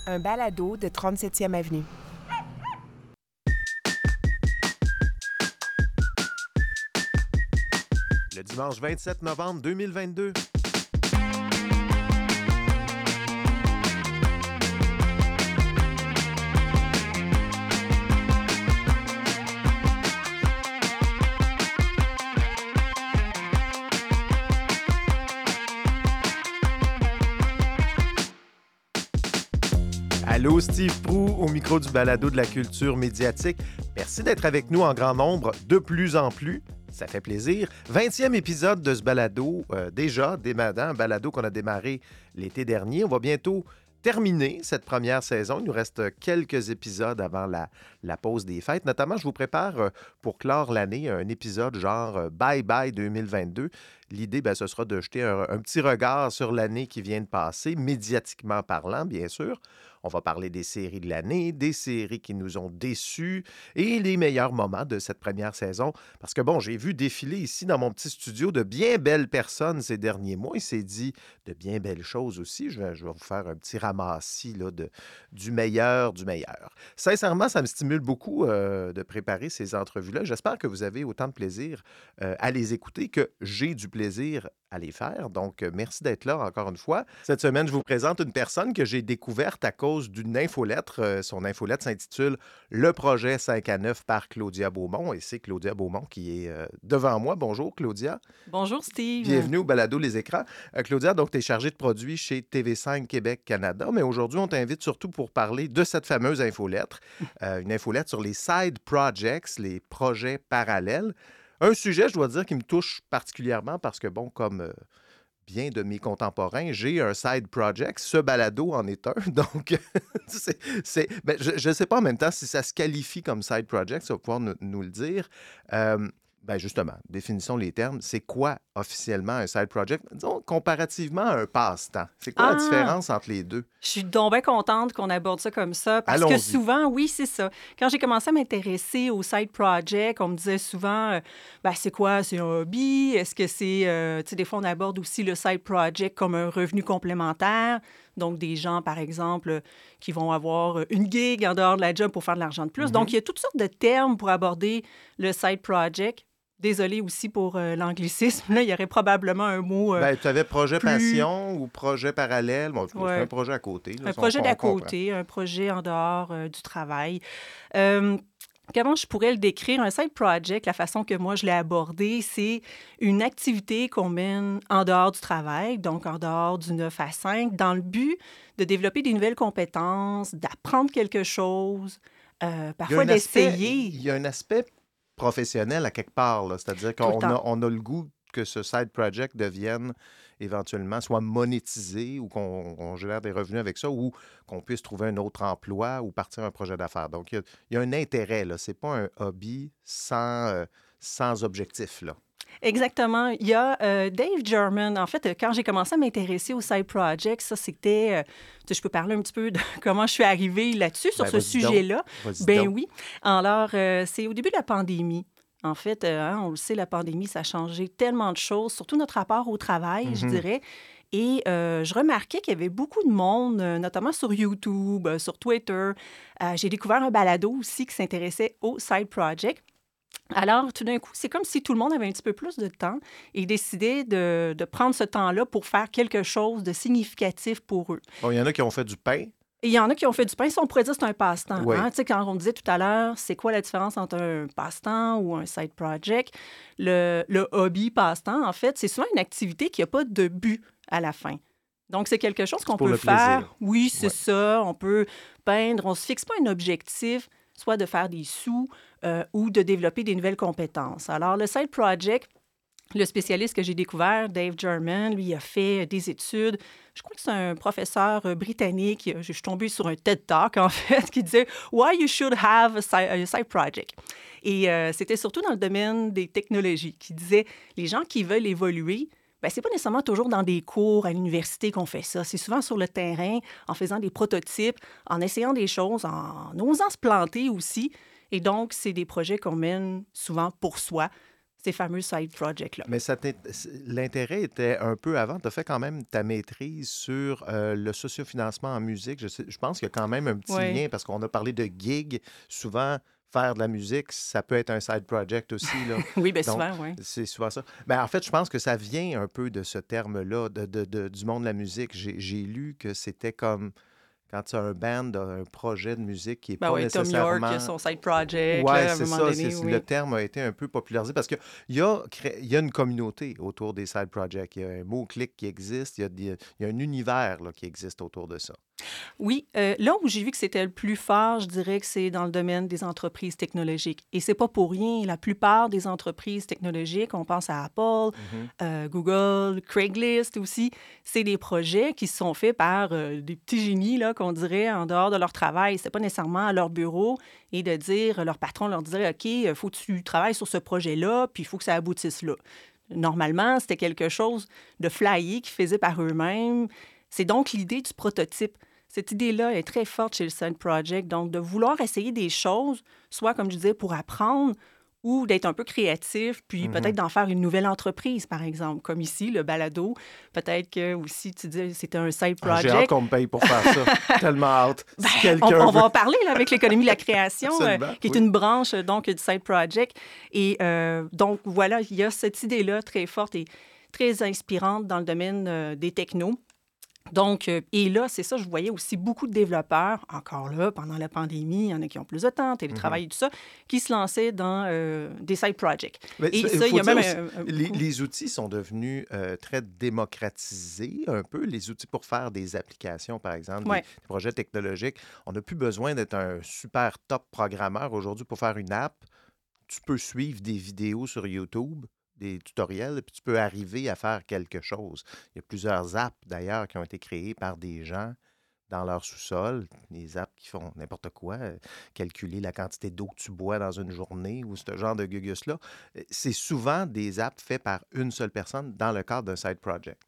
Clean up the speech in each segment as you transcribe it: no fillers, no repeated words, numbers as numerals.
un balado de 37e Avenue. Le dimanche 27 novembre 2022. Allô, Steve Proulx, au micro du balado de la culture médiatique. Merci d'être avec nous en grand nombre, de plus en plus. Ça fait plaisir. 20e épisode de ce balado, déjà démarrant, un balado qu'on a démarré l'été dernier. On va bientôt terminer cette première saison. Il nous reste quelques épisodes avant la pause des fêtes. Notamment, je vous prépare pour clore l'année un épisode genre Bye Bye 2022. L'idée, ce sera de jeter un petit regard sur l'année qui vient de passer, médiatiquement parlant, bien sûr. On va parler des séries de l'année, des séries qui nous ont déçus et les meilleurs moments de cette première saison. Parce que, j'ai vu défiler ici dans mon petit studio de bien belles personnes ces derniers mois. Il s'est dit de bien belles choses aussi. Je vais vous faire un petit ramassis là, du meilleur du meilleur. Sincèrement, ça me stimule beaucoup de préparer ces entrevues-là. J'espère que vous avez autant de plaisir à les écouter que j'ai du plaisir à les faire. Donc, merci d'être là encore une fois. Cette semaine, je vous présente une personne que j'ai découverte à cause d'une infolettre. Son infolettre s'intitule « Le projet 5 à 9 » par Claudia Beaumont. Et c'est Claudia Beaumont qui est devant moi. Bonjour, Claudia. Bonjour, Steve. Bienvenue au balado Les Écrans. Claudia, donc, tu es chargée de produit chez TV5 Québec-Canada. Mais aujourd'hui, on t'invite surtout pour parler de cette fameuse infolettre. Une infolettre sur les side projects, les projets parallèles. Un sujet, je dois dire, qui me touche particulièrement parce que, comme bien de mes contemporains, j'ai un side project. Ce balado en est un. Donc, je ne sais pas en même temps si ça se qualifie comme side project. Ça va pouvoir nous le dire. Justement, définissons les termes. C'est quoi officiellement un side project? Disons, comparativement à un passe-temps. C'est quoi la différence entre les deux? Je suis donc bien contente qu'on aborde ça comme ça parce que souvent, oui, c'est ça. Quand j'ai commencé à m'intéresser aux side projects, on me disait souvent, c'est quoi? C'est un hobby? Est-ce que c'est... des fois, on aborde aussi le side project comme un revenu complémentaire. Donc, des gens, par exemple, qui vont avoir une gig en dehors de la job pour faire de l'argent de plus. Mm-hmm. Donc, il y a toutes sortes de termes pour aborder le side project. Désolée aussi pour l'anglicisme. Là, il y aurait probablement un mot. Tu avais projet passion ou projet parallèle. Bon, c'est un projet à côté. Là, un projet d'à côté, un projet en dehors du travail. Comment je pourrais le décrire? Un side project, la façon que moi je l'ai abordé, c'est une activité qu'on mène en dehors du travail, donc en dehors du 9 à 5, dans le but de développer des nouvelles compétences, d'apprendre quelque chose, parfois d'essayer. Il y a un aspect professionnel à quelque part, là. C'est-à-dire qu'on a le goût que ce side project devienne éventuellement soit monétisé ou qu'on génère des revenus avec ça ou qu'on puisse trouver un autre emploi ou partir un projet d'affaires. Donc, il y a un intérêt, là. C'est pas un hobby sans objectif, là. Exactement. Il y a Dave German. En fait, quand j'ai commencé à m'intéresser aux side projects, ça, c'était... je peux parler un petit peu de comment je suis arrivée là-dessus, sur ce sujet-là. Oui. Alors, c'est au début de la pandémie. En fait, on le sait, la pandémie, ça a changé tellement de choses, surtout notre rapport au travail, je dirais. Et je remarquais qu'il y avait beaucoup de monde, notamment sur YouTube, sur Twitter. J'ai découvert un balado aussi qui s'intéressait aux side projects. Alors, tout d'un coup, c'est comme si tout le monde avait un petit peu plus de temps et décidait de prendre ce temps-là pour faire quelque chose de significatif pour eux. Bon, il y en a qui ont fait du pain. Et il y en a qui ont fait du pain. Si on pourrait dire que c'est un passe-temps. Oui. Hein? Tu sais, quand on disait tout à l'heure, c'est quoi la différence entre un passe-temps ou un side project? Le hobby passe-temps, en fait, c'est souvent une activité qui n'a pas de but à la fin. Donc, c'est quelque chose qu'on peut faire. Plaisir. Oui, c'est ça. On peut peindre. On ne se fixe pas un objectif, soit de faire des sous ou de développer des nouvelles compétences. Alors, le side project, le spécialiste que j'ai découvert, Dave German, lui, il a fait des études. Je crois que c'est un professeur britannique. Je suis tombée sur un TED Talk, en fait, qui disait « Why you should have a side project ». Et c'était surtout dans le domaine des technologies, qui disait « Les gens qui veulent évoluer, c'est pas nécessairement toujours dans des cours à l'université qu'on fait ça. C'est souvent sur le terrain, en faisant des prototypes, en essayant des choses, en osant se planter aussi. Et donc, c'est des projets qu'on mène souvent pour soi, ces fameux side projects-là. Mais l'intérêt était un peu avant. Tu as fait quand même ta maîtrise sur le sociofinancement en musique. Je pense qu'il y a quand même un petit lien parce qu'on a parlé de gig. Souvent, faire de la musique, ça peut être un side project aussi. Là. Oui, bien souvent, oui. C'est souvent ça. Ben, en fait, je pense que ça vient un peu de ce terme-là, du monde de la musique. J'ai lu que c'était comme... Quand tu as un band, un projet de musique qui n'est pas nécessairement... Tom York, son side project. Oui, c'est ça. Le terme a été un peu popularisé parce qu'il y a une communauté autour des side projects. Il y a un mot-clic qui existe. Il y a un univers là, qui existe autour de ça. Oui. Là où j'ai vu que c'était le plus fort, je dirais que c'est dans le domaine des entreprises technologiques. Et c'est pas pour rien. La plupart des entreprises technologiques, on pense à Apple, Google, Craigslist aussi, c'est des projets qui sont faits par des petits génies, là, qu'on dirait, en dehors de leur travail. C'est pas nécessairement à leur bureau et de dire, leur patron leur dirait, OK, il faut que tu travailles sur ce projet-là, puis il faut que ça aboutisse là. Normalement, c'était quelque chose de flyé qu'ils faisaient par eux-mêmes. C'est donc l'idée du prototype. Cette idée-là est très forte chez le Side Project, donc de vouloir essayer des choses, soit, comme je disais, pour apprendre ou d'être un peu créatif, puis peut-être d'en faire une nouvelle entreprise, par exemple, comme ici, le balado. Peut-être que aussi, tu dis, c'était un Side Project. J'ai hâte qu'on me paye pour faire ça. Tellement hâte. Si on va en parler là, avec l'économie de la création, qui est une branche donc, du Side Project. Et donc, voilà, il y a cette idée-là très forte et très inspirante dans le domaine des technos. Donc, et là, c'est ça, je voyais aussi beaucoup de développeurs, encore là, pendant la pandémie, il y en a qui ont plus de temps, télétravail et tout ça, qui se lançaient dans des side projects. Mais et ça, il y a même les outils sont devenus très démocratisés, un peu. Les outils pour faire des applications, par exemple, des projets technologiques. On n'a plus besoin d'être un super top programmeur aujourd'hui pour faire une app. Tu peux suivre des vidéos sur YouTube, des tutoriels, puis tu peux arriver à faire quelque chose. Il y a plusieurs apps, d'ailleurs, qui ont été créées par des gens dans leur sous-sol, des apps qui font n'importe quoi, calculer la quantité d'eau que tu bois dans une journée ou ce genre de gugus-là. C'est souvent des apps faites par une seule personne dans le cadre d'un side project.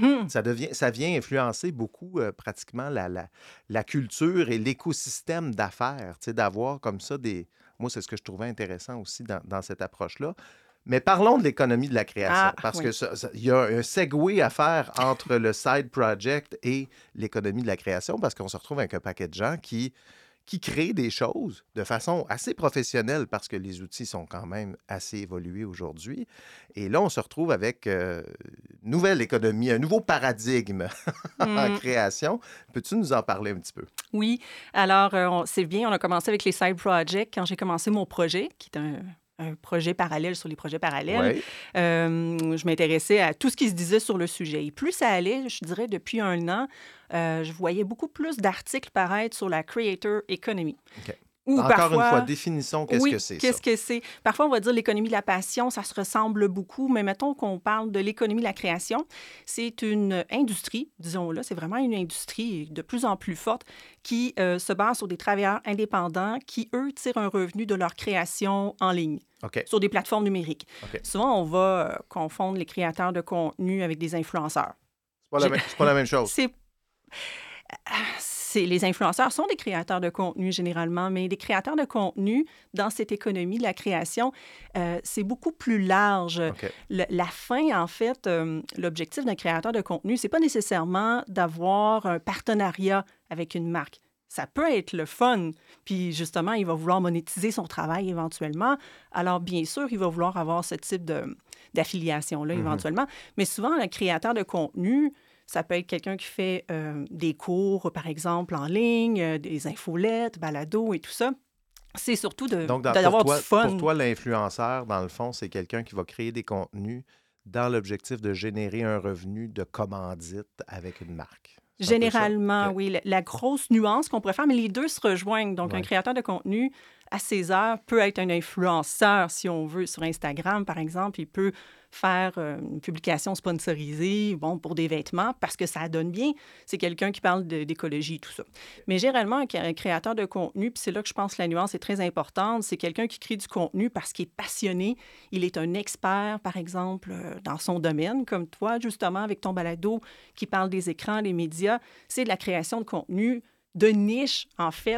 Ça vient influencer beaucoup pratiquement la culture et l'écosystème d'affaires, d'avoir comme ça des... Moi, c'est ce que je trouvais intéressant aussi dans cette approche-là. Mais parlons de l'économie de la création, parce que il y a un segue à faire entre le side project et l'économie de la création, parce qu'on se retrouve avec un paquet de gens qui créent des choses de façon assez professionnelle, parce que les outils sont quand même assez évolués aujourd'hui. Et là, on se retrouve avec une nouvelle économie, un nouveau paradigme en création. Peux-tu nous en parler un petit peu? Oui. Alors, c'est bien, on a commencé avec les side projects quand j'ai commencé mon projet, qui est un projet parallèle sur les projets parallèles. Je m'intéressais à tout ce qui se disait sur le sujet. Et plus ça allait, je dirais, depuis un an, je voyais beaucoup plus d'articles paraître sur la creator economy. Okay. Encore une fois, définissons qu'est-ce que c'est. Qu'est-ce que c'est? Parfois, on va dire l'économie de la passion, ça se ressemble beaucoup, mais mettons qu'on parle de l'économie de la création. C'est une industrie, disons-le, c'est vraiment une industrie de plus en plus forte qui se base sur des travailleurs indépendants qui, eux, tirent un revenu de leur création en ligne. Sur des plateformes numériques. Souvent, on va confondre les créateurs de contenu avec des influenceurs. C'est pas la même chose. Les influenceurs sont des créateurs de contenu généralement, mais des créateurs de contenu dans cette économie de la création, c'est beaucoup plus large. La fin, en fait, l'objectif d'un créateur de contenu, c'est pas nécessairement d'avoir un partenariat avec une marque. Ça peut être le fun, puis justement, il va vouloir monétiser son travail éventuellement. Alors, bien sûr, il va vouloir avoir ce type d'affiliation-là éventuellement. Mais souvent, le créateur de contenu, ça peut être quelqu'un qui fait des cours, par exemple, en ligne, des infolettes, balados et tout ça. C'est surtout d'avoir du fun. Pour toi, l'influenceur, dans le fond, c'est quelqu'un qui va créer des contenus dans l'objectif de générer un revenu de commandite avec une marque. Généralement, oui. La grosse nuance qu'on pourrait faire, mais les deux se rejoignent. Donc, un créateur de contenu, à ses heures, peut être un influenceur, si on veut, sur Instagram, par exemple. Il peut faire une publication sponsorisée, pour des vêtements, parce que ça donne bien. C'est quelqu'un qui parle d'écologie et tout ça. Mais généralement, un créateur de contenu, puis c'est là que je pense que la nuance est très importante, c'est quelqu'un qui crée du contenu parce qu'il est passionné. Il est un expert, par exemple, dans son domaine, comme toi, justement, avec ton balado qui parle des écrans, des médias. C'est de la création de contenu de niche, en fait,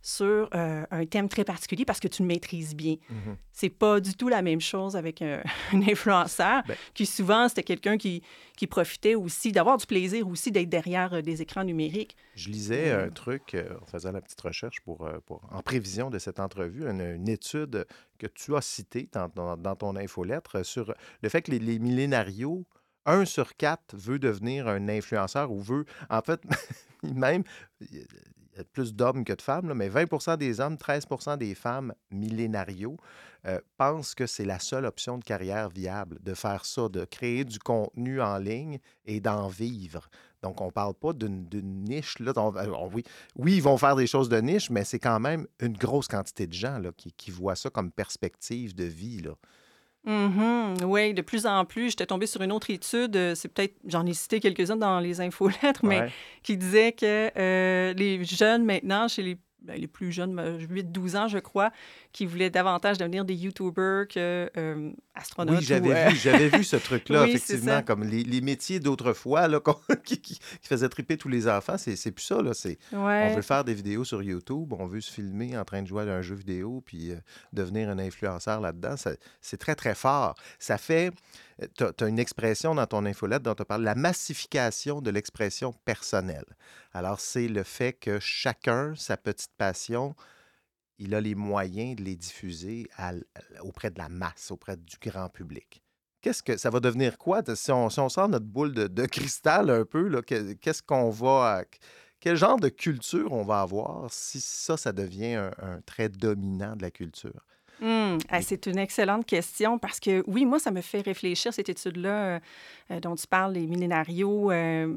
sur un thème très particulier parce que tu le maîtrises bien. Mm-hmm. C'est pas du tout la même chose avec un influenceur qui, souvent, c'était quelqu'un qui profitait aussi d'avoir du plaisir aussi d'être derrière des écrans numériques. Je lisais un truc, en faisant la petite recherche en prévision de cette entrevue, une étude que tu as citée dans ton infolettre sur le fait que les millénarios, 1 sur 4 veut devenir un influenceur ou veut, en fait, même, il y a plus d'hommes que de femmes, là, mais 20 des hommes, 13 des femmes millénarios pensent que c'est la seule option de carrière viable, de faire ça, de créer du contenu en ligne et d'en vivre. Donc, on ne parle pas d'une niche. Là. Oui, ils vont faire des choses de niche, mais c'est quand même une grosse quantité de gens là, qui voient ça comme perspective de vie, là. Mm-hmm. Oui, de plus en plus. J'étais tombée sur une autre étude, c'est peut-être, j'en ai cité quelques-unes dans les infolettres, mais qui disait que les jeunes maintenant, chez les plus jeunes, 8-12 ans, je crois, qui voulaient davantage devenir des YouTubers qu'astronautes. Oui, j'avais vu ce truc-là, oui, effectivement, comme les métiers d'autrefois là, qui faisaient triper tous les enfants, c'est plus ça. Là, on veut faire des vidéos sur YouTube, on veut se filmer en train de jouer à un jeu vidéo puis devenir un influenceur là-dedans. C'est très, très fort. Ça fait... Tu as une expression dans ton infolette dont tu parles, la massification de l'expression personnelle. Alors, c'est le fait que chacun, sa petite passion, il a les moyens de les diffuser auprès de la masse, auprès du grand public. Qu'est-ce que ça va devenir quoi? Si on sort notre boule de cristal un peu, là, qu'est-ce qu'on va... Quel genre de culture on va avoir si ça devient un trait dominant de la culture? C'est une excellente question parce que, oui, moi, ça me fait réfléchir, cette étude-là dont tu parles, les millénarios,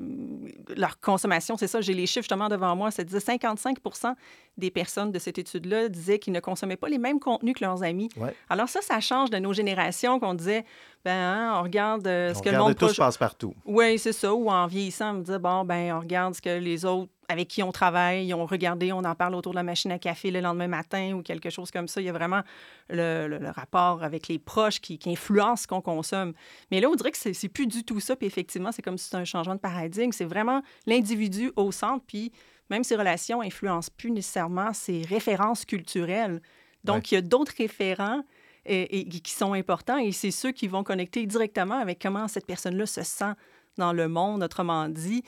leur consommation, c'est ça, j'ai les chiffres justement devant moi, ça disait 55% des personnes de cette étude-là disaient qu'ils ne consommaient pas les mêmes contenus que leurs amis. Ouais. Alors ça change de nos générations qu'on disait, on regarde ce que le monde... tout passe partout. Oui, c'est ça, ou en vieillissant, on me disait, on regarde ce que les autres avec qui on travaille, ils ont regardé, on en parle autour de la machine à café le lendemain matin ou quelque chose comme ça. Il y a vraiment le rapport avec les proches qui influence ce qu'on consomme. Mais là, on dirait que c'est plus du tout ça. Puis effectivement, c'est comme si c'était un changement de paradigme. C'est vraiment l'individu au centre. Puis même ses relations n'influencent plus nécessairement ses références culturelles. Donc, il y a d'autres référents et qui sont importants et c'est ceux qui vont connecter directement avec comment cette personne-là se sent dans le monde, autrement dit.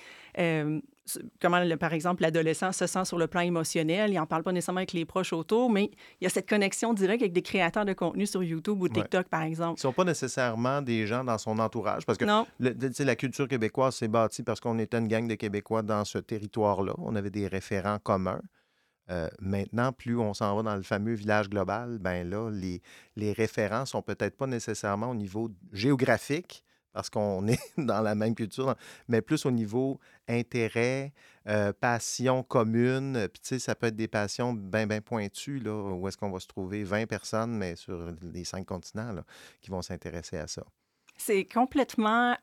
Comment, par exemple, l'adolescent se sent sur le plan émotionnel. Il n'en parle pas nécessairement avec les proches autour, mais il y a cette connexion directe avec des créateurs de contenu sur YouTube ou TikTok, par exemple. Ils ne sont pas nécessairement des gens dans son entourage, parce que la culture québécoise s'est bâtie parce qu'on était une gang de Québécois dans ce territoire-là. On avait des référents communs. Maintenant, plus on s'en va dans le fameux village global, ben là, les référents sont peut-être pas nécessairement au niveau géographique, parce qu'on est dans la même culture, mais plus au niveau intérêt, passion commune. Puis, tu sais, ça peut être des passions bien pointues, là, où est-ce qu'on va se trouver 20 personnes, mais sur les 5 continents, là, qui vont s'intéresser à ça. C'est complètement...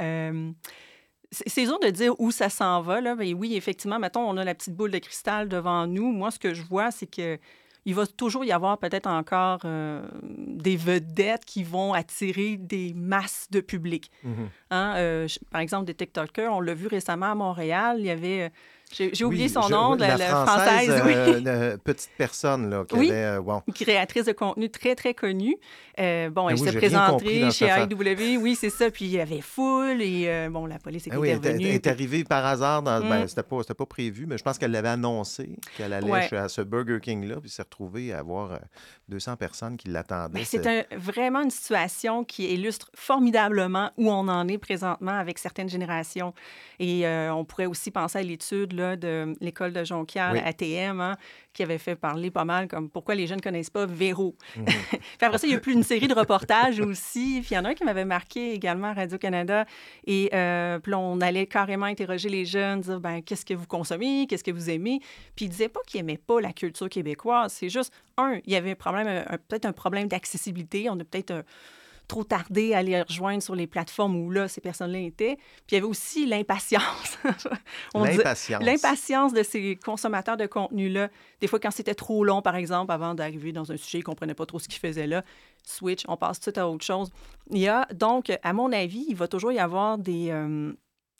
C'est dur de dire où ça s'en va, là. Mais oui, effectivement, mettons, on a la petite boule de cristal devant nous. Moi, ce que je vois, c'est que il va toujours y avoir peut-être encore des vedettes qui vont attirer des masses de public. Mm-hmm. Par exemple, des TikTokers, on l'a vu récemment à Montréal, il y avait... J'ai oublié son nom, la française petite personne là, créatrice de contenu très, très connue. Elle s'est présentée chez IW. Oui, c'est ça. Puis il y avait foule et la police était intervenue. Elle est arrivée par hasard. C'était pas prévu, mais je pense qu'elle l'avait annoncé qu'elle allait à ce Burger King-là, puis s'est retrouvée à avoir 200 personnes qui l'attendaient. C'est vraiment une situation qui illustre formidablement où on en est présentement avec certaines générations. Et on pourrait aussi penser à l'étude là, de l'école de Jonquière, ATM, qui avait fait parler pas mal comme pourquoi les jeunes ne connaissent pas Véro. Mm-hmm. Puis après ça, il y a plus une série de reportages aussi. Puis il y en a un qui m'avait marqué également à Radio-Canada. Et puis là, on allait carrément interroger les jeunes, dire qu'est-ce que vous consommez, qu'est-ce que vous aimez. Puis ils disaient pas qu'ils n'aimaient pas la culture québécoise. C'est juste, il y avait peut-être un problème d'accessibilité. On a peut-être trop tardé à les rejoindre sur les plateformes où là, ces personnes-là étaient. Puis il y avait aussi l'impatience. L'impatience de ces consommateurs de contenu-là. Des fois, quand c'était trop long, par exemple, avant d'arriver dans un sujet, ils ne comprenaient pas trop ce qu'ils faisaient là. Switch, on passe tout à autre chose. Il y a donc, à mon avis, il va toujours y avoir des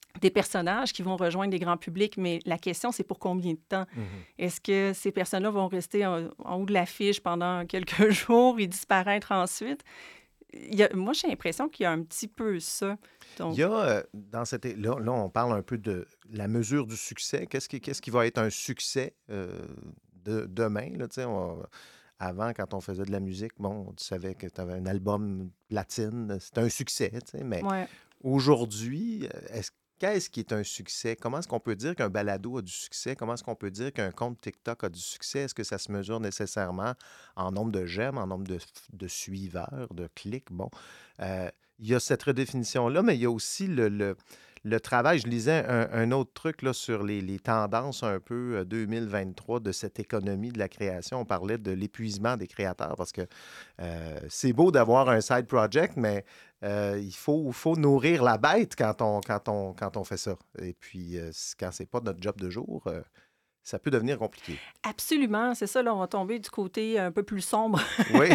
des personnages qui vont rejoindre les grands publics, mais la question, c'est pour combien de temps? Est-ce que ces personnes-là vont rester en haut de l'affiche pendant quelques jours et disparaître ensuite? Moi, j'ai l'impression qu'il y a un petit peu ça. Donc... Il y a, là, on parle un peu de la mesure du succès. Qu'est-ce qui va être un succès de demain? Là, avant, quand on faisait de la musique, bon, tu savais que tu avais un album platine, c'était un succès, mais aujourd'hui, qu'est-ce qui est un succès? Comment est-ce qu'on peut dire qu'un balado a du succès? Comment est-ce qu'on peut dire qu'un compte TikTok a du succès? Est-ce que ça se mesure nécessairement en nombre de j'aime, en nombre de suiveurs, de clics? Bon, il y a cette redéfinition-là, mais il y a aussi le travail. Je lisais un autre truc là, sur les tendances un peu 2023 de cette économie de la création. On parlait de l'épuisement des créateurs parce que c'est beau d'avoir un side project, mais il faut nourrir la bête quand on fait ça. Et puis, quand c'est pas notre job de jour, ça peut devenir compliqué. Absolument, c'est ça. Là, on va tomber du côté un peu plus sombre oui.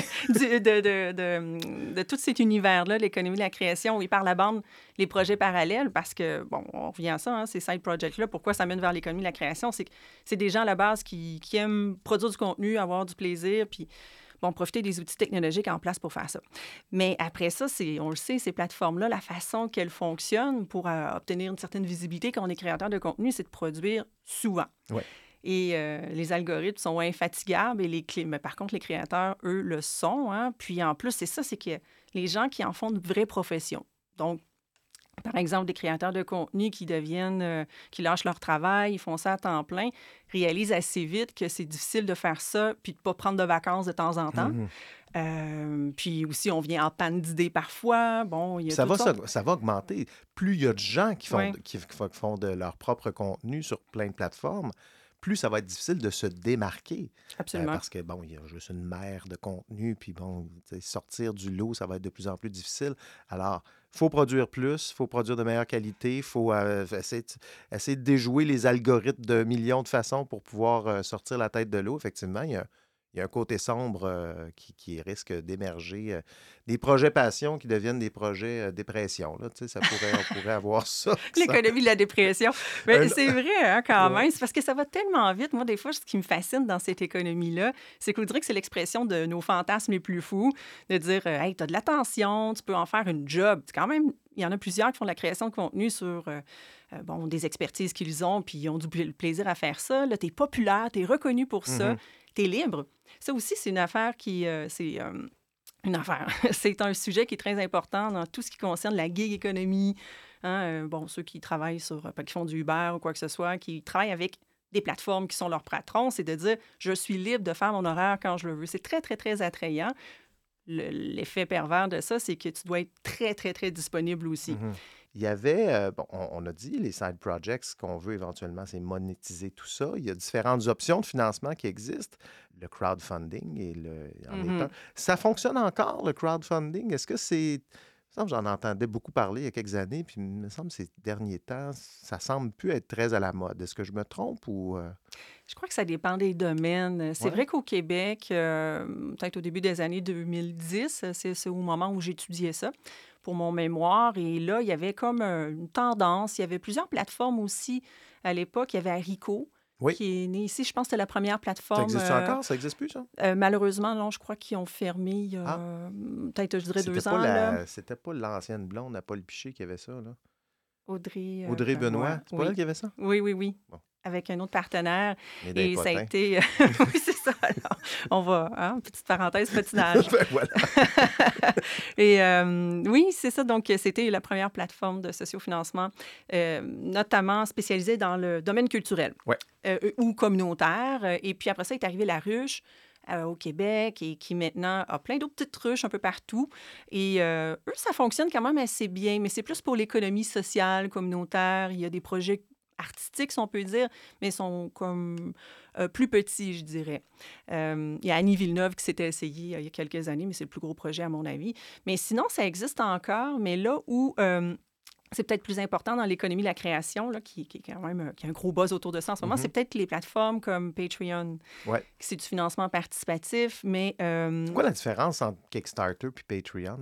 de tout cet univers-là, l'économie de la création, où il parle à bande les projets parallèles, parce que, bon, on revient à ça, ces side projects-là. Pourquoi ça mène vers l'économie de la création? C'est que c'est des gens à la base qui aiment produire du contenu, avoir du plaisir, puis profiter des outils technologiques en place pour faire ça. Mais après ça, on le sait, ces plateformes-là, la façon qu'elles fonctionnent pour obtenir une certaine visibilité quand on est créateur de contenu, c'est de produire souvent. Ouais. Et les algorithmes sont infatigables, mais par contre, les créateurs, eux, le sont. Hein? Puis en plus, c'est que les gens qui en font une vraie profession. Donc, par exemple, des créateurs de contenu qui lâchent leur travail, ils font ça à temps plein, réalisent assez vite que c'est difficile de faire ça puis de ne pas prendre de vacances de temps en temps. Puis aussi, on vient en panne d'idées parfois. Bon, il y a ça va augmenter. Plus il y a de gens qui font de leur propre contenu sur plein de plateformes, plus ça va être difficile de se démarquer. Absolument. Parce que, bon, il y a juste une mer de contenu, puis bon, sortir du lot, ça va être de plus en plus difficile. Alors, il faut produire plus, il faut produire de meilleure qualité, il faut essayer de déjouer les algorithmes de millions de façons pour pouvoir sortir la tête de l'eau. Effectivement, il y a un côté sombre qui risque d'émerger. Des projets passion qui deviennent des projets dépression. Là, on pourrait avoir ça. L'économie de la dépression. Mais c'est vrai, hein, quand même. C'est parce que ça va tellement vite. Moi, des fois, ce qui me fascine dans cette économie-là, c'est qu'on dirait que c'est l'expression de nos fantasmes les plus fous, de dire « Hey, t'as de l'attention, tu peux en faire une job. » Quand même, il y en a plusieurs qui font de la création de contenu sur des expertises qu'ils ont, puis ils ont du plaisir à faire ça. Là, t'es populaire, t'es reconnu pour ça, t'es libre. Ça aussi, c'est une affaire c'est un sujet qui est très important dans tout ce qui concerne la gig économie. Hein? Ceux qui travaillent qui font du Uber ou quoi que ce soit, qui travaillent avec des plateformes qui sont leurs patrons, c'est de dire « je suis libre de faire mon horaire quand je le veux ». C'est très, très, très attrayant. L'effet pervers de ça, c'est que tu dois être très, très, très disponible aussi. Il y avait, on a dit, les side projects, ce qu'on veut éventuellement, c'est monétiser tout ça. Il y a différentes options de financement qui existent. Le crowdfunding Ça fonctionne encore, le crowdfunding? Est-ce que c'est... J'en entendais beaucoup parler il y a quelques années, puis il me semble que ces derniers temps, ça semble plus être très à la mode. Est-ce que je me trompe ou... Je crois que ça dépend des domaines. C'est vrai qu'au Québec, peut-être au début des années 2010, c'est au moment où j'étudiais ça pour mon mémoire. Et là, il y avait comme une tendance. Il y avait plusieurs plateformes aussi. À l'époque, il y avait Haricot, qui est né ici. Je pense que c'était la première plateforme. Ça existe encore? Ça n'existe plus, ça? Malheureusement, non. Je crois qu'ils ont fermé il y a peut-être, je dirais, 2 ans. C'était pas l'ancienne blonde à Paul Piché qui avait ça, là? Audrey Benoît. C'est pas elle qui avait ça? Oui. Bon. Avec un autre partenaire. Et ça a été... oui, c'est ça. Alors, on va... petite parenthèse, patinage. Voilà. Et oui, c'est ça. Donc, c'était la première plateforme de sociofinancement, notamment spécialisée dans le domaine culturel ou communautaire. Et puis après ça, est arrivé La Ruche au Québec et qui maintenant a plein d'autres petites ruches un peu partout. Et eux, ça fonctionne quand même assez bien, mais c'est plus pour l'économie sociale, communautaire. Il y a des projets artistiques, si on peut dire, mais sont comme plus petits, je dirais. Il y a Annie Villeneuve qui s'était essayée il y a quelques années, mais c'est le plus gros projet à mon avis. Mais sinon, ça existe encore, mais là où c'est peut-être plus important dans l'économie de la création, là, qui est quand même qui a un gros buzz autour de ça en ce moment, c'est peut-être les plateformes comme Patreon, c'est du financement participatif, mais... C'est quoi la différence entre Kickstarter puis Patreon?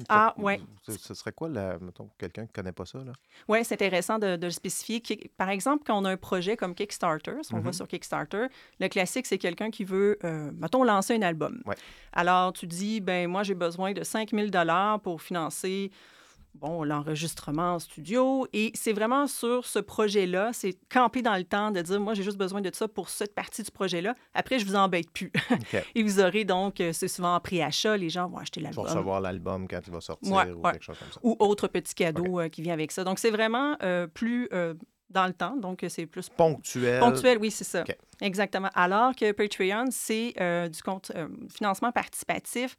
Ce serait quoi, mettons, quelqu'un qui ne connaît pas ça? Oui, c'est intéressant de le spécifier. Par exemple, quand on a un projet comme Kickstarter, si on va sur Kickstarter, le classique, c'est quelqu'un qui veut, mettons, lancer un album. Ouais. Alors, tu dis, ben moi, j'ai besoin de 5 000 $ pour financer... l'enregistrement en studio. Et c'est vraiment sur ce projet-là, c'est camper dans le temps de dire, moi, j'ai juste besoin de ça pour cette partie du projet-là. Après, je vous embête plus. Okay. Et vous aurez donc, c'est souvent en préachat, les gens vont acheter l'album. Pour recevoir l'album quand il va sortir ou quelque chose comme ça. Ou autre petit cadeau qui vient avec ça. Donc, c'est vraiment plus dans le temps. Donc, c'est plus... Ponctuel. Ponctuel, oui, c'est ça. Okay. Exactement. Alors que Patreon, c'est du financement participatif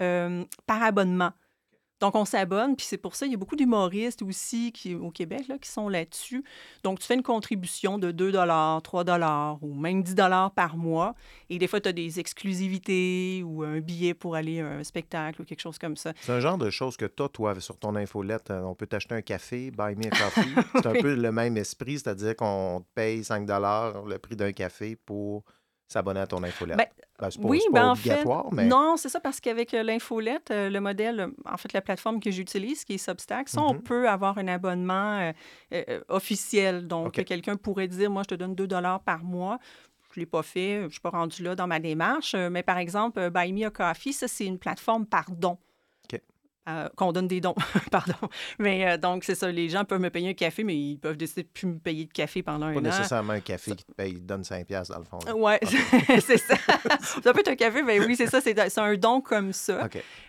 par abonnement. Donc, on s'abonne, puis c'est pour ça, il y a beaucoup d'humoristes aussi au Québec là, qui sont là-dessus. Donc, tu fais une contribution de 2 $, 3 $ ou même 10 $ par mois. Et des fois, tu as des exclusivités ou un billet pour aller à un spectacle ou quelque chose comme ça. C'est un genre de choses que toi, sur ton infolette, on peut t'acheter un café, buy me a coffee. C'est un peu le même esprit, c'est-à-dire qu'on te paye 5 $ le prix d'un café pour s'abonner à ton infolette. C'est pas obligatoire, mais... Non, c'est ça, parce qu'avec l'infolette, le modèle, en fait, la plateforme que j'utilise, qui est Substack, ça, on peut avoir un abonnement officiel. Donc, quelqu'un pourrait dire, moi, je te donne 2 $ par mois. Je ne l'ai pas fait, je ne suis pas rendue là dans ma démarche. Mais par exemple, Buy Me a Coffee, ça, c'est une plateforme par don. Qu'on donne des dons, pardon. Mais donc, c'est ça, les gens peuvent me payer un café, mais ils peuvent décider de ne plus me payer de café pendant un an. Pas nécessairement un café qui te paye, il te donne 5 $ dans le fond. Oui, c'est ça. Ça peut être un café, mais oui, c'est ça, c'est un don comme ça.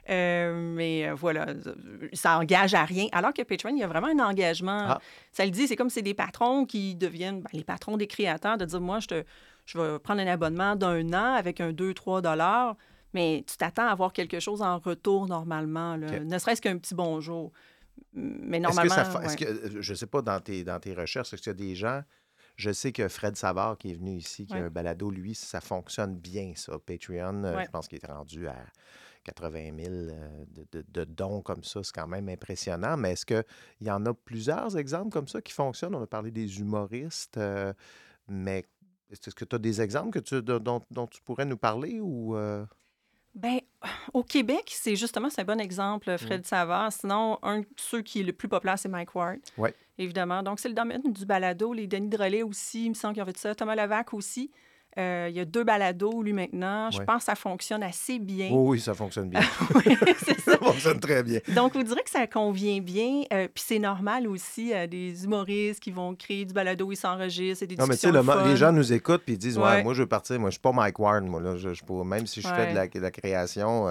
Mais voilà, ça engage à rien. Alors que Patreon, il y a vraiment un engagement. Ça le dit, c'est comme c'est des patrons qui deviennent les patrons des créateurs, de dire, moi, je vais prendre un abonnement d'un an avec un 2-3 $. Mais tu t'attends à avoir quelque chose en retour normalement, là. Ne serait-ce qu'un petit bonjour. Mais normalement... Est-ce que je ne sais pas, dans tes recherches, est-ce qu'il y a des gens... Je sais que Fred Savard, qui est venu ici, qui a un balado, lui, ça fonctionne bien, ça. Patreon, je pense qu'il est rendu à 80 000 de dons comme ça. C'est quand même impressionnant. Mais est-ce qu'il y en a plusieurs exemples comme ça qui fonctionnent? On a parlé des humoristes, mais est-ce que tu as des exemples dont tu pourrais nous parler ou... Bien, au Québec, c'est un bon exemple, Fred Savard. Sinon, un de ceux qui est le plus populaire, c'est Mike Ward. Oui. Évidemment. Donc, c'est le domaine du balado. Les Denis Drolet aussi, il me semble qu'ils ont fait ça. Thomas Levac aussi. Il y a 2 balados, lui, maintenant. Je pense que ça fonctionne assez bien. Oui, ça fonctionne bien. Oui, c'est ça. Ça fonctionne très bien. Donc, vous direz que ça convient bien. Puis c'est normal aussi, des humoristes qui vont créer du balado, ils s'enregistrent, c'est des discussions fun. Les gens nous écoutent puis ils disent, moi, je veux partir. Moi, je suis pas Mike Ward, moi. Là. Même si je fais de la création,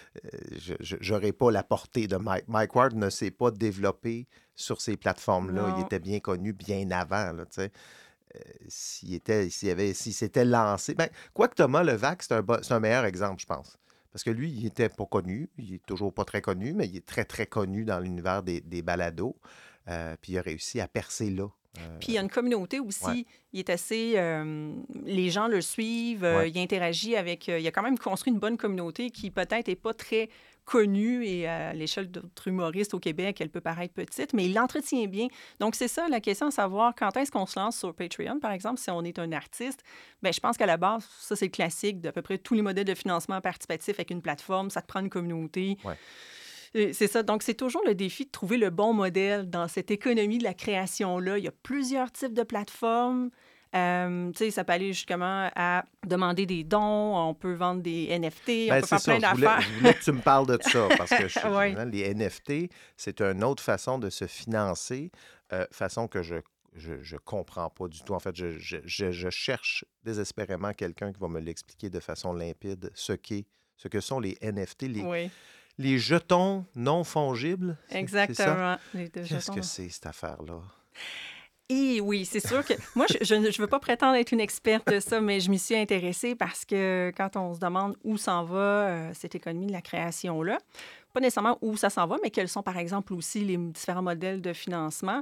je n'aurai pas la portée de Mike. Mike Ward ne s'est pas développé sur ces plateformes-là. Non. Il était bien connu bien avant, là, tu sais. S'il s'était lancé... Quoique Thomas Levac, c'est un meilleur exemple, je pense. Parce que lui, il n'était pas connu. Il n'est toujours pas très connu, mais il est très, très connu dans l'univers des balados. Puis il a réussi à percer là. Puis il y a une communauté aussi. Il est assez... les gens le suivent. Il interagit avec... il a quand même construit une bonne communauté qui peut-être n'est pas très connue et à l'échelle d'autres humoristes au Québec, elle peut paraître petite, mais il l'entretient bien. Donc, c'est ça la question, à savoir quand est-ce qu'on se lance sur Patreon, par exemple, si on est un artiste. Bien, je pense qu'à la base, ça, c'est le classique d'à peu près tous les modèles de financement participatif avec une plateforme. Ça te prend une communauté. C'est ça. Donc, c'est toujours le défi de trouver le bon modèle dans cette économie de la création-là. Il y a plusieurs types de plateformes. Ça peut aller justement à demander des dons, on peut vendre des NFT, on peut faire plein d'affaires. Je voulais que tu me parles de ça, parce que les NFT, c'est une autre façon de se financer, façon que je comprends pas du tout. En fait, je cherche désespérément quelqu'un qui va me l'expliquer de façon limpide, ce que sont les NFT, les jetons non fongibles. Exactement. Qu'est-ce que c'est, cette affaire-là? Et oui, c'est sûr que moi, je ne veux pas prétendre être une experte de ça, mais je m'y suis intéressée parce que quand on se demande où s'en va cette économie de la création-là, pas nécessairement où ça s'en va, mais quels sont, par exemple, aussi les différents modèles de financement,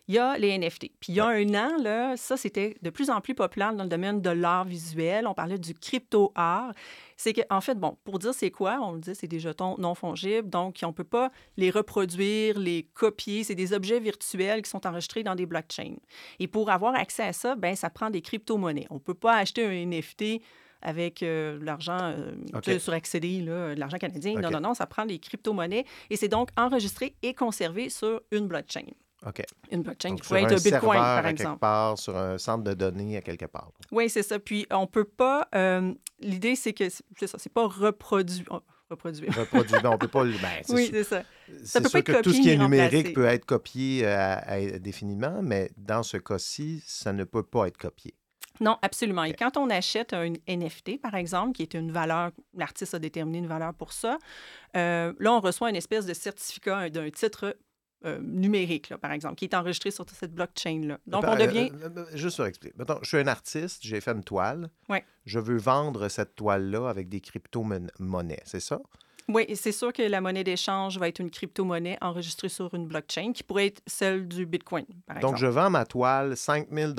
il y a les NFT. Puis il y a un an, là, ça, c'était de plus en plus populaire dans le domaine de l'art visuel. On parlait du crypto-art. C'est qu'en fait, bon, pour dire c'est quoi, on le dit, c'est des jetons non fongibles. Donc, on ne peut pas les reproduire, les copier. C'est des objets virtuels qui sont enregistrés dans des blockchains. Et pour avoir accès à ça, bien, ça prend des crypto-monnaies. On ne peut pas acheter un NFT avec de l'argent sur accéder, là, de l'argent canadien. Okay. Non, ça prend des crypto-monnaies. Et c'est donc enregistré et conservé sur une blockchain. OK. Une blockchain donc, qui pourrait être un Bitcoin, par exemple. Quelque part, sur un centre de données à quelque part. Oui, c'est ça. Puis, on ne peut pas... l'idée, c'est que c'est ça, c'est pas reproduire. Reproduire, on ne peut pas... c'est ça. C'est sûr que tout ce qui est numérique peut être copié indéfiniment, mais dans ce cas-ci, ça ne peut pas être copié. Non, absolument. Okay. Et quand on achète un NFT, par exemple, qui est une valeur, l'artiste a déterminé une valeur pour ça, là, on reçoit une espèce de certificat d'un titre numérique, là, par exemple, qui est enregistré sur cette blockchain-là. Donc, on devient... juste pour expliquer. Mettons, je suis un artiste, j'ai fait une toile. Ouais. Je veux vendre cette toile-là avec des crypto-monnaies, c'est ça? Oui, c'est sûr que la monnaie d'échange va être une crypto-monnaie enregistrée sur une blockchain qui pourrait être celle du Bitcoin, par exemple. Donc, je vends ma toile 5 000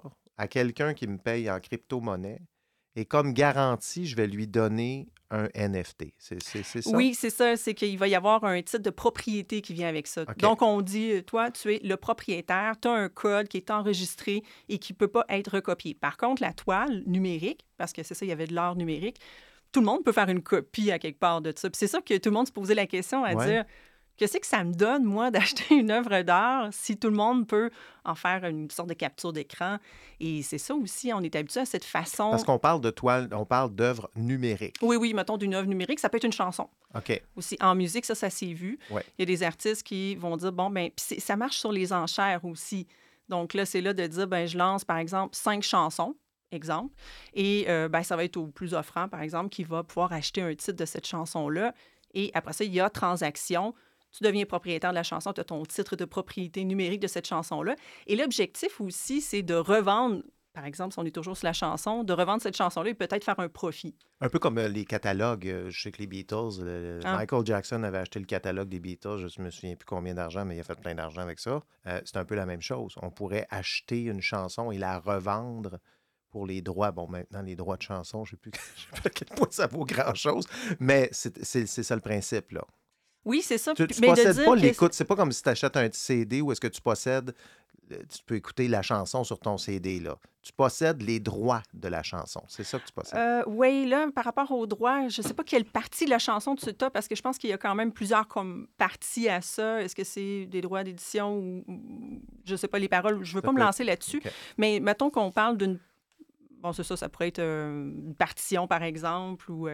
à quelqu'un qui me paye en crypto-monnaie et comme garantie, je vais lui donner un NFT. C'est ça? Oui, c'est ça. C'est qu'il va y avoir un titre de propriété qui vient avec ça. Okay. Donc, on dit, toi, tu es le propriétaire, tu as un code qui est enregistré et qui ne peut pas être recopié. Par contre, la toile numérique, parce que c'est ça, il y avait de l'art numérique, tout le monde peut faire une copie à quelque part de ça. Puis c'est ça que tout le monde se posait la question à dire... Qu'est-ce que ça me donne, moi, d'acheter une œuvre d'art si tout le monde peut en faire une sorte de capture d'écran? Et c'est ça aussi, on est habitué à cette façon... Parce qu'on parle de toile, on parle d'œuvre numérique. Oui, mettons d'une œuvre numérique, ça peut être une chanson. OK. Aussi, en musique, ça s'est vu. Ouais. Il y a des artistes qui vont dire, bon, bien, ça marche sur les enchères aussi. Donc là, c'est là de dire, bien, je lance, par exemple, 5 chansons. Exemple. Et ça va être au plus offrant, par exemple, qui va pouvoir acheter un titre de cette chanson-là. Et après ça, il y a transaction. Tu deviens propriétaire de la chanson, tu as ton titre de propriété numérique de cette chanson-là. Et l'objectif aussi, c'est de revendre, par exemple, si on est toujours sur la chanson, de revendre cette chanson-là et peut-être faire un profit. Un peu comme les catalogues. Je sais que les Beatles, Michael Jackson avait acheté le catalogue des Beatles, je ne me souviens plus combien d'argent, mais il a fait plein d'argent avec ça. C'est un peu la même chose. On pourrait acheter une chanson et la revendre pour les droits. Bon, maintenant, les droits de chanson, je ne sais plus à quel point ça vaut grand-chose, mais c'est ça le principe, là. Oui, c'est ça. Tu ne possèdes pas l'écoute. C'est pas comme si tu achètes un CD où est-ce que tu possèdes... Tu peux écouter la chanson sur ton CD, là. Tu possèdes les droits de la chanson. C'est ça que tu possèdes. Oui, là, par rapport aux droits, je ne sais pas quelle partie de la chanson tu as, parce que je pense qu'il y a quand même plusieurs comme parties à ça. Est-ce que c'est des droits d'édition ou je ne sais pas les paroles? Je ne veux pas me lancer là-dessus. Okay. Mais mettons qu'on parle d'une... Bon, c'est ça pourrait être une partition, par exemple, ou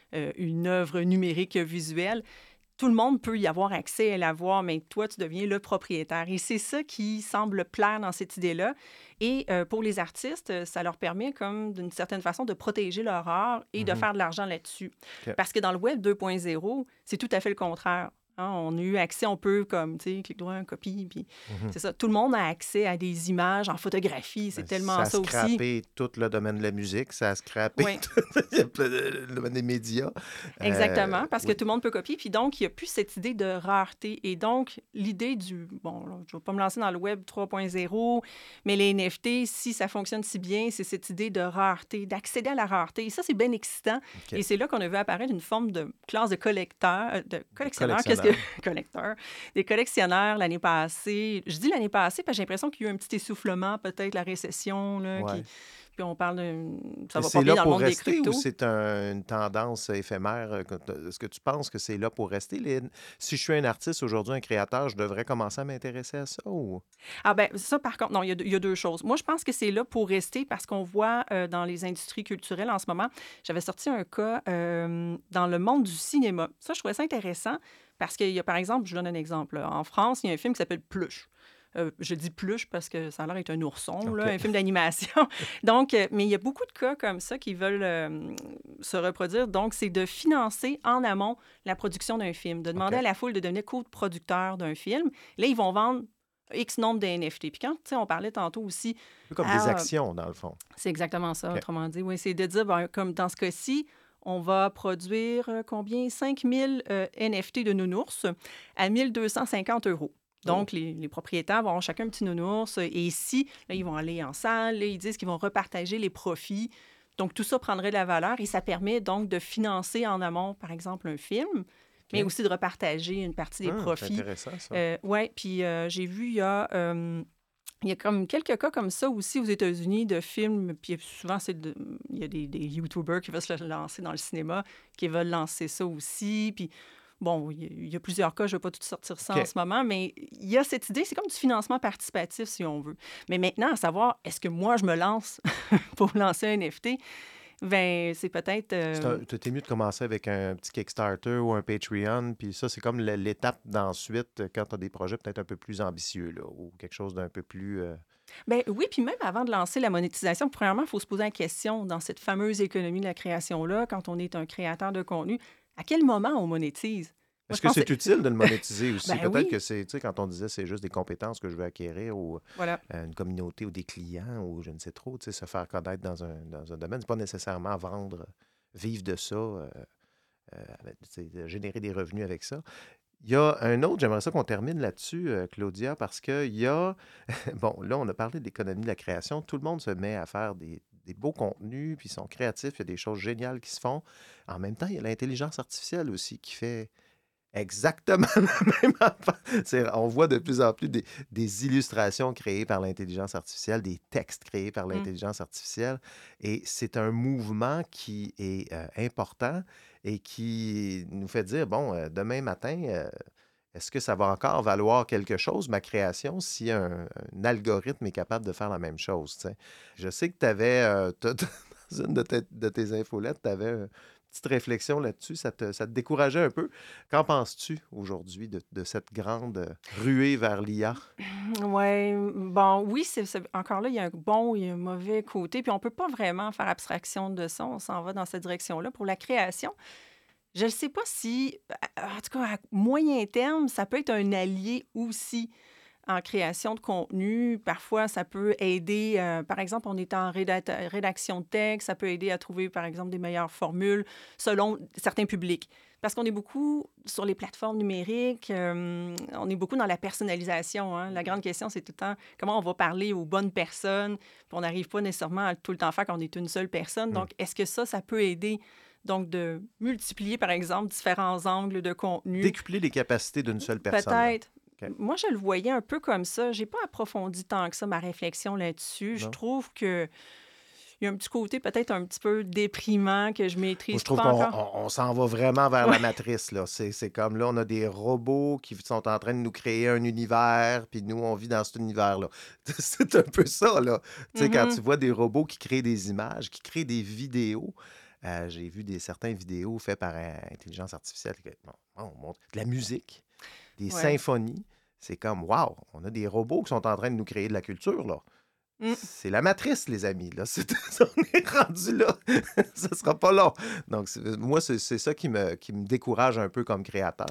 une œuvre numérique visuelle. Tout le monde peut y avoir accès et la voir, mais toi, tu deviens le propriétaire. Et c'est ça qui semble plaire dans cette idée-là. Et pour les artistes, ça leur permet, comme d'une certaine façon, de protéger leur art et de faire de l'argent là-dessus. Okay. Parce que dans le Web 2.0, c'est tout à fait le contraire. Hein, on a eu accès, on peut, comme, tu sais, clic droit, copie, puis c'est ça. Tout le monde a accès à des images en photographie, c'est tellement ça aussi. Ça a scrappé tout le domaine de la musique, ça a scrappé le domaine des médias. Exactement, parce que tout le monde peut copier, puis donc, il n'y a plus cette idée de rareté. Et donc, l'idée du... Bon, là, je ne vais pas me lancer dans le Web 3.0, mais les NFT, si ça fonctionne si bien, c'est cette idée de rareté, d'accéder à la rareté. Et ça, c'est bien excitant. Okay. Et c'est là qu'on a vu apparaître une forme de classe de collecteurs, de collectionneurs. Collecteurs. Des collectionneurs l'année passée. Je dis l'année passée parce que j'ai l'impression qu'il y a eu un petit essoufflement, peut-être la récession. Là, puis on parle de... Ça va pas bien dans le monde des cryptos. Ou c'est une tendance éphémère? Est-ce que tu penses que c'est là pour rester? Si je suis un artiste aujourd'hui, un créateur, je devrais commencer à m'intéresser à ça? Ou... Ah ben ça, par contre, non, il y a deux choses. Moi, je pense que c'est là pour rester parce qu'on voit dans les industries culturelles en ce moment, j'avais sorti un cas dans le monde du cinéma. Ça, je trouvais ça intéressant. Parce qu'il y a, par exemple, je donne un exemple. Là. En France, il y a un film qui s'appelle Pluche. Je dis Pluche parce que ça a l'air d'être un ourson, là, un film d'animation. Donc, mais il y a beaucoup de cas comme ça qui veulent se reproduire. Donc, c'est de financer en amont la production d'un film, de demander à la foule de devenir co-producteur d'un film. Là, ils vont vendre X nombre de NFT. Puis quand, tu sais, on parlait tantôt aussi... Comme des actions, dans le fond. C'est exactement ça, autrement dit. Oui, c'est de dire, ben, comme dans ce cas-ci, on va produire combien? 5 000 NFT de nounours à 1 250 €. Donc, les propriétaires vont avoir chacun un petit nounours. Et ici, là, ils vont aller en salle, là, ils disent qu'ils vont repartager les profits. Donc, tout ça prendrait de la valeur et ça permet donc de financer en amont, par exemple, un film, mais aussi de repartager une partie des profits. C'est intéressant, ça. Oui, puis j'ai vu, il y a comme quelques cas comme ça aussi aux États-Unis de films, puis souvent, il y a des YouTubers qui veulent se lancer dans le cinéma, qui veulent lancer ça aussi, puis bon, il y a plusieurs cas, je ne vais pas tout sortir ça en ce moment, mais il y a cette idée, c'est comme du financement participatif, si on veut. Mais maintenant, à savoir, est-ce que moi, je me lance pour lancer un NFT? Bien, c'est peut-être... T'es mieux de commencer avec un petit Kickstarter ou un Patreon, puis ça, c'est comme l'étape d'ensuite, quand tu as des projets peut-être un peu plus ambitieux, là, ou quelque chose d'un peu plus... Bien, oui, puis même avant de lancer la monétisation, premièrement, il faut se poser la question, dans cette fameuse économie de la création-là, quand on est un créateur de contenu, à quel moment on monétise? Est-ce que c'est utile de le monétiser aussi? Ben Peut-être que c'est, tu sais, quand on disait c'est juste des compétences que je veux acquérir ou voilà. Une communauté ou des clients ou je ne sais trop, tu sais, se faire connaître dans un domaine, c'est pas nécessairement vivre de ça, générer des revenus avec ça. Il y a un autre, j'aimerais ça qu'on termine là-dessus, Claudia, parce qu'il y a, bon, là, on a parlé d'économie de la création, tout le monde se met à faire des beaux contenus, puis ils sont créatifs, il y a des choses géniales qui se font. En même temps, il y a l'intelligence artificielle aussi qui fait exactement la même affaire. On voit de plus en plus des illustrations créées par l'intelligence artificielle, des textes créés par l'intelligence artificielle. Et c'est un mouvement qui est important et qui nous fait dire, bon, demain matin, est-ce que ça va encore valoir quelque chose, ma création, si un algorithme est capable de faire la même chose? T'sais? Je sais que tu avais, dans une de tes infolettes, tu avais petite réflexion là-dessus, ça te décourageait un peu. Qu'en penses-tu aujourd'hui de cette grande ruée vers l'IA? Ouais, bon, oui, encore là, il y a un bon et un mauvais côté, puis on ne peut pas vraiment faire abstraction de ça, on s'en va dans cette direction-là. Pour la création, je ne sais pas si, en tout cas, à moyen terme, ça peut être un allié aussi en création de contenu. Parfois, ça peut aider, par exemple, on est en rédaction de texte, ça peut aider à trouver, par exemple, des meilleures formules selon certains publics. Parce qu'on est beaucoup sur les plateformes numériques, on est beaucoup dans la personnalisation. Hein. La grande question, c'est tout le temps comment on va parler aux bonnes personnes, puis on n'arrive pas nécessairement à tout le temps faire quand on est une seule personne. Donc, est-ce que ça peut aider donc de multiplier, par exemple, différents angles de contenu? Décupler les capacités d'une seule personne. Peut-être. Okay. Moi, je le voyais un peu comme ça. Je n'ai pas approfondi tant que ça ma réflexion là-dessus. Non. Je trouve qu'il y a un petit côté peut-être un petit peu déprimant que je maîtrise. Moi, je trouve qu'on s'en va vraiment vers la matrice. Là. C'est comme là, on a des robots qui sont en train de nous créer un univers, puis nous, on vit dans cet univers-là. C'est un peu ça, là. Tu sais, quand tu vois des robots qui créent des images, qui créent des vidéos, j'ai vu certaines vidéos faites par intelligence artificielle. On montre de la musique, des symphonies. C'est comme, wow, on a des robots qui sont en train de nous créer de la culture, là. C'est la matrice, les amis. Là. On est rendu là. Ça ne sera pas long. Donc, moi, c'est ça qui me décourage un peu comme créateur.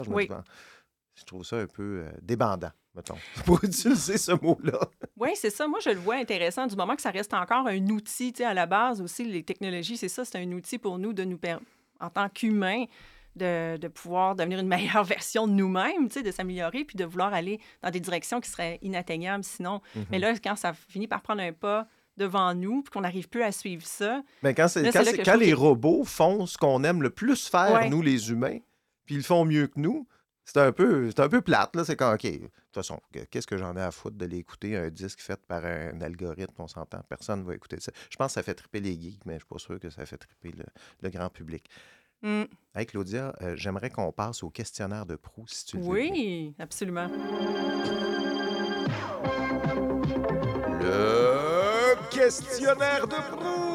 Je trouve ça un peu débandant, mettons, pour utiliser ce mot-là. Oui, c'est ça. Moi, je le vois intéressant du moment que ça reste encore un outil. À la base aussi, les technologies, c'est ça, c'est un outil pour nous de nous permettre, en tant qu'humains, de pouvoir devenir une meilleure version de nous-mêmes, de s'améliorer, puis de vouloir aller dans des directions qui seraient inatteignables sinon. Mais là, quand ça finit par prendre un pas devant nous, puis qu'on n'arrive plus à suivre ça... Mais quand les robots font ce qu'on aime le plus faire, nous, les humains, puis ils le font mieux que nous, c'est un peu plate, là. C'est quand, OK, de toute façon, qu'est-ce que j'en ai à foutre de l'écouter, un disque fait par un algorithme, on s'entend, personne ne va écouter ça. Je pense que ça fait triper les geeks, mais je ne suis pas sûr que ça fait triper le grand public. Hey, Claudia, j'aimerais qu'on passe au questionnaire de Proust, si tu le veux. Oui, absolument. Le questionnaire de Proust!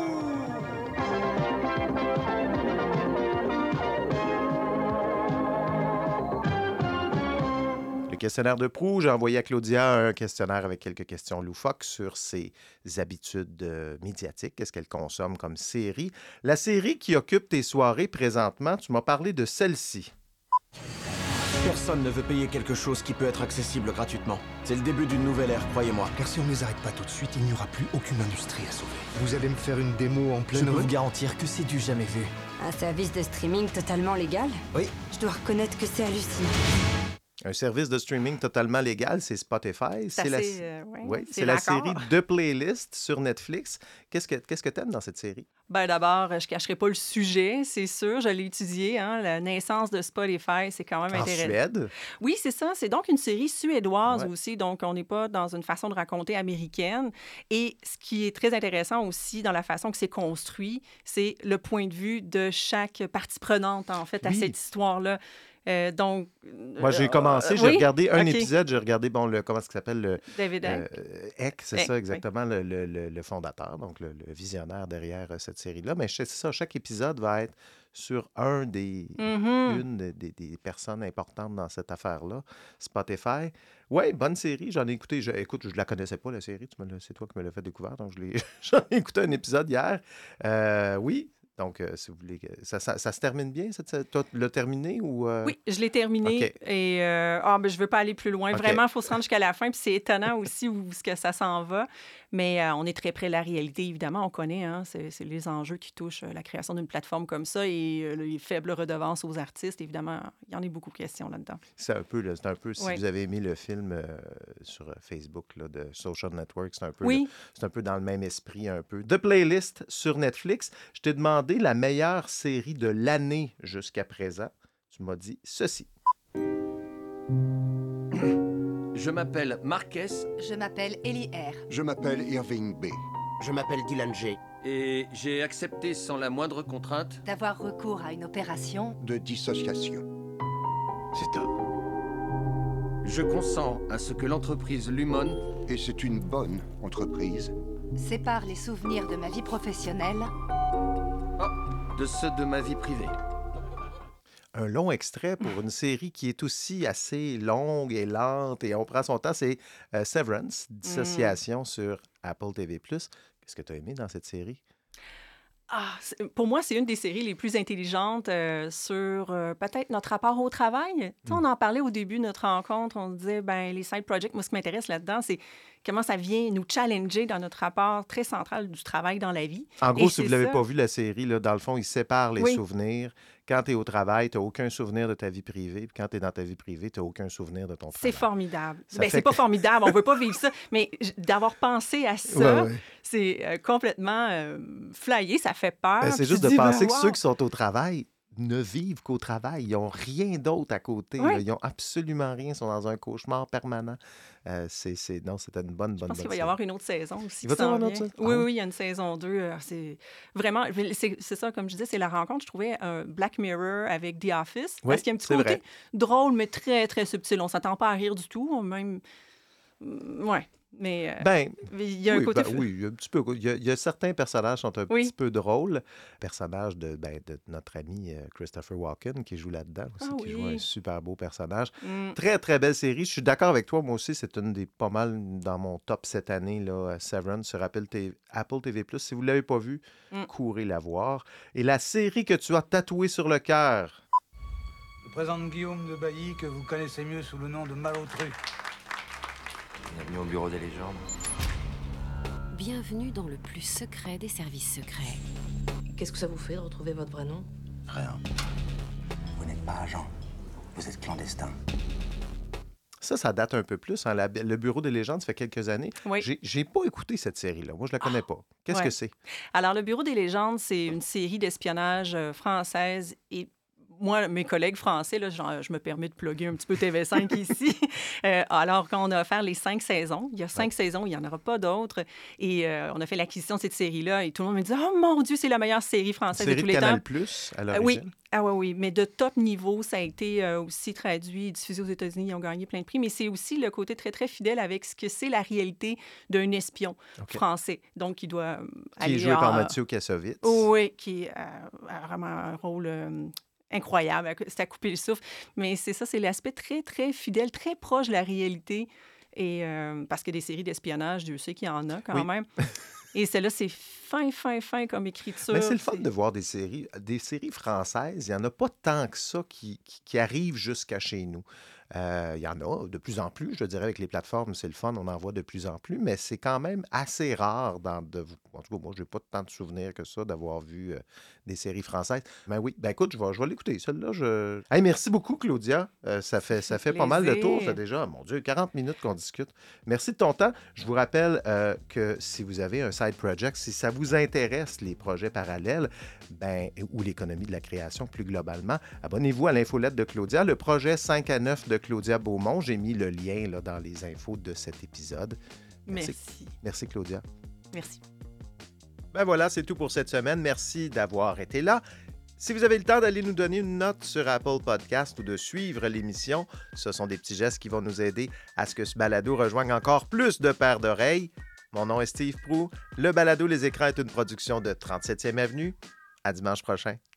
Le questionnaire de Proust, j'ai envoyé à Claudia un questionnaire avec quelques questions loufoques sur ses habitudes médiatiques, qu'est-ce qu'elle consomme comme série. La série qui occupe tes soirées présentement, tu m'as parlé de celle-ci. Personne ne veut payer quelque chose qui peut être accessible gratuitement. C'est le début d'une nouvelle ère, croyez-moi. Car si on ne les arrête pas tout de suite, il n'y aura plus aucune industrie à sauver. Vous allez me faire une démo en pleine... Je peux vous garantir que c'est du jamais vu. Un service de streaming totalement légal? Oui. Je dois reconnaître que c'est hallucinant. Un service de streaming totalement légal, c'est Spotify. C'est la série de playlists sur Netflix. Qu'est-ce que tu aimes dans cette série? Ben d'abord, je ne cacherai pas le sujet, c'est sûr. Je l'ai étudié. Hein, la naissance de Spotify, c'est quand même intéressant. En Suède? Oui, c'est ça. C'est donc une série suédoise aussi. Donc, on n'est pas dans une façon de raconter américaine. Et ce qui est très intéressant aussi dans la façon que c'est construit, c'est le point de vue de chaque partie prenante, en fait, à cette histoire-là. Moi, j'ai commencé, j'ai regardé un épisode, j'ai regardé, comment est-ce qu'il s'appelle? David Eck, c'est ça exactement, le fondateur, donc le visionnaire derrière cette série-là. Mais c'est ça, chaque épisode va être sur une des personnes importantes dans cette affaire-là, Spotify. Oui, bonne série, j'en ai écouté. Écoute, je la connaissais pas, la série, c'est toi qui me l'as fait découvrir, donc j'en ai écouté un épisode hier. Oui. Donc, si vous voulez, ça se termine bien? Toi, tu l'as terminé ou... Oui, je l'ai terminé. Okay. Et je ne veux pas aller plus loin. Okay. Vraiment, il faut se rendre jusqu'à la fin. Puis c'est étonnant aussi où ce que ça s'en va. Mais on est très près de la réalité, évidemment. On connaît, hein, c'est les enjeux qui touchent la création d'une plateforme comme ça et les faibles redevances aux artistes. Évidemment, il y en a beaucoup de questions là-dedans. C'est un peu si vous avez aimé le film sur Facebook là, de Social Network, c'est un peu dans le même esprit, un peu. The Playlist sur Netflix. Je t'ai demandé la meilleure série de l'année jusqu'à présent. Tu m'as dit ceci. Je m'appelle Marquez. Je m'appelle Ellie R. Je m'appelle Irving B. Je m'appelle Dylan G. Et j'ai accepté sans la moindre contrainte d'avoir recours à une opération de dissociation. C'est top. Je consens à ce que l'entreprise Lumon, et c'est une bonne entreprise, sépare les souvenirs de ma vie professionnelle de ceux de ma vie privée. Un long extrait pour une série qui est aussi assez longue et lente et on prend son temps, c'est Severance, Dissociation sur Apple TV+. Qu'est-ce que tu as aimé dans cette série? Pour moi, c'est une des séries les plus intelligentes sur peut-être notre rapport au travail. On en parlait au début de notre rencontre. On se disait, les side projects, moi, ce qui m'intéresse là-dedans, c'est comment ça vient nous challenger dans notre rapport très central du travail dans la vie. En gros, si vous ne l'avez pas vu, la série, là, dans le fond, ils séparent les souvenirs. Quand tu es au travail, tu n'as aucun souvenir de ta vie privée. Puis quand tu es dans ta vie privée, tu n'as aucun souvenir de ton travail. C'est formidable. C'est pas formidable, on ne veut pas vivre ça. Mais d'avoir pensé à ça, c'est complètement flyé, ça fait peur. C'est juste de penser que ceux qui sont au travail ne vivent qu'au travail. Ils n'ont rien d'autre à côté. Ils n'ont absolument rien. Ils sont dans un cauchemar permanent. C'était une bonne Je pense qu'il va y avoir une autre saison aussi. Il va y avoir une autre saison? Oui, il y a une saison 2. C'est vraiment... C'est ça, comme je disais, c'est la rencontre. Je trouvais Black Mirror avec The Office. Parce qu'il y a un petit côté drôle, mais très, très subtil. On ne s'attend pas à rire du tout. Même... Mais il y a un côté... il y a un petit peu. Il y a certains personnages qui sont un petit peu drôles. Le personnage de notre ami Christopher Walken qui joue là-dedans aussi, qui joue un super beau personnage. Très, très belle série. Je suis d'accord avec toi. Moi aussi, c'est une des pas mal dans mon top cette année, là, Severance sur Apple TV+. Si vous ne l'avez pas vue, courez la voir. Et la série que tu as tatouée sur le cœur. Je présente Guillaume de Bailly, que vous connaissez mieux sous le nom de Malotru. Bienvenue au bureau des légendes. Bienvenue dans le plus secret des services secrets. Qu'est-ce que ça vous fait de retrouver votre vrai nom? Rien. Vous n'êtes pas agent. Vous êtes clandestin. Ça date un peu plus. Hein. Le Bureau des légendes, ça fait quelques années. Oui. J'ai pas écouté cette série-là. Moi, je la connais pas. Qu'est-ce que c'est? Alors, Le Bureau des légendes, c'est une série d'espionnage française et moi, mes collègues français, là, je me permets de plugger un petit peu TV5 ici. Alors qu'on a offert les 5 saisons, il y a 5 saisons, il n'y en aura pas d'autres. Et on a fait l'acquisition de cette série-là et tout le monde me dit « Oh mon Dieu, c'est la meilleure série française de tous les temps. » Série de Canal+, à l'origine. Oui, mais de top niveau, ça a été aussi traduit, diffusé aux États-Unis, ils ont gagné plein de prix, mais c'est aussi le côté très, très fidèle avec ce que c'est la réalité d'un espion français. Donc, qui doit aller... Qui est joué par Mathieu Kassovitz. Oui, qui a vraiment un rôle... incroyable, c'est à couper le souffle. Mais c'est ça, c'est l'aspect très, très fidèle, très proche de la réalité. Et parce que des séries d'espionnage, Dieu sait qu'il y en a quand même. Et celle-là, c'est fin comme écriture. Mais c'est le fun de voir des séries françaises. Il n'y en a pas tant que ça qui arrivent jusqu'à chez nous. Il y en a de plus en plus, je dirais, avec les plateformes, c'est le fun, on en voit de plus en plus, mais c'est quand même assez rare. En tout cas, moi, je n'ai pas tant de souvenirs que ça d'avoir vu des séries françaises. Ben oui, ben écoute, je vais l'écouter. Celle-là, Hey, merci beaucoup, Claudia. Ça fait pas mal de tour. Ça déjà, mon Dieu, 40 minutes qu'on discute. Merci de ton temps. Je vous rappelle que si vous avez un side project, si ça vous intéresse, les projets parallèles, ou l'économie de la création plus globalement, abonnez-vous à l'infolette de Claudia, le projet 5 à 9 de Claudia Beaumont. J'ai mis le lien là, dans les infos de cet épisode. Merci. Merci, Claudia. Merci. Ben voilà, c'est tout pour cette semaine. Merci d'avoir été là. Si vous avez le temps d'aller nous donner une note sur Apple Podcast ou de suivre l'émission, ce sont des petits gestes qui vont nous aider à ce que ce balado rejoigne encore plus de paires d'oreilles. Mon nom est Steve Proulx. Le balado Les Écrans est une production de 37e Avenue. À dimanche prochain.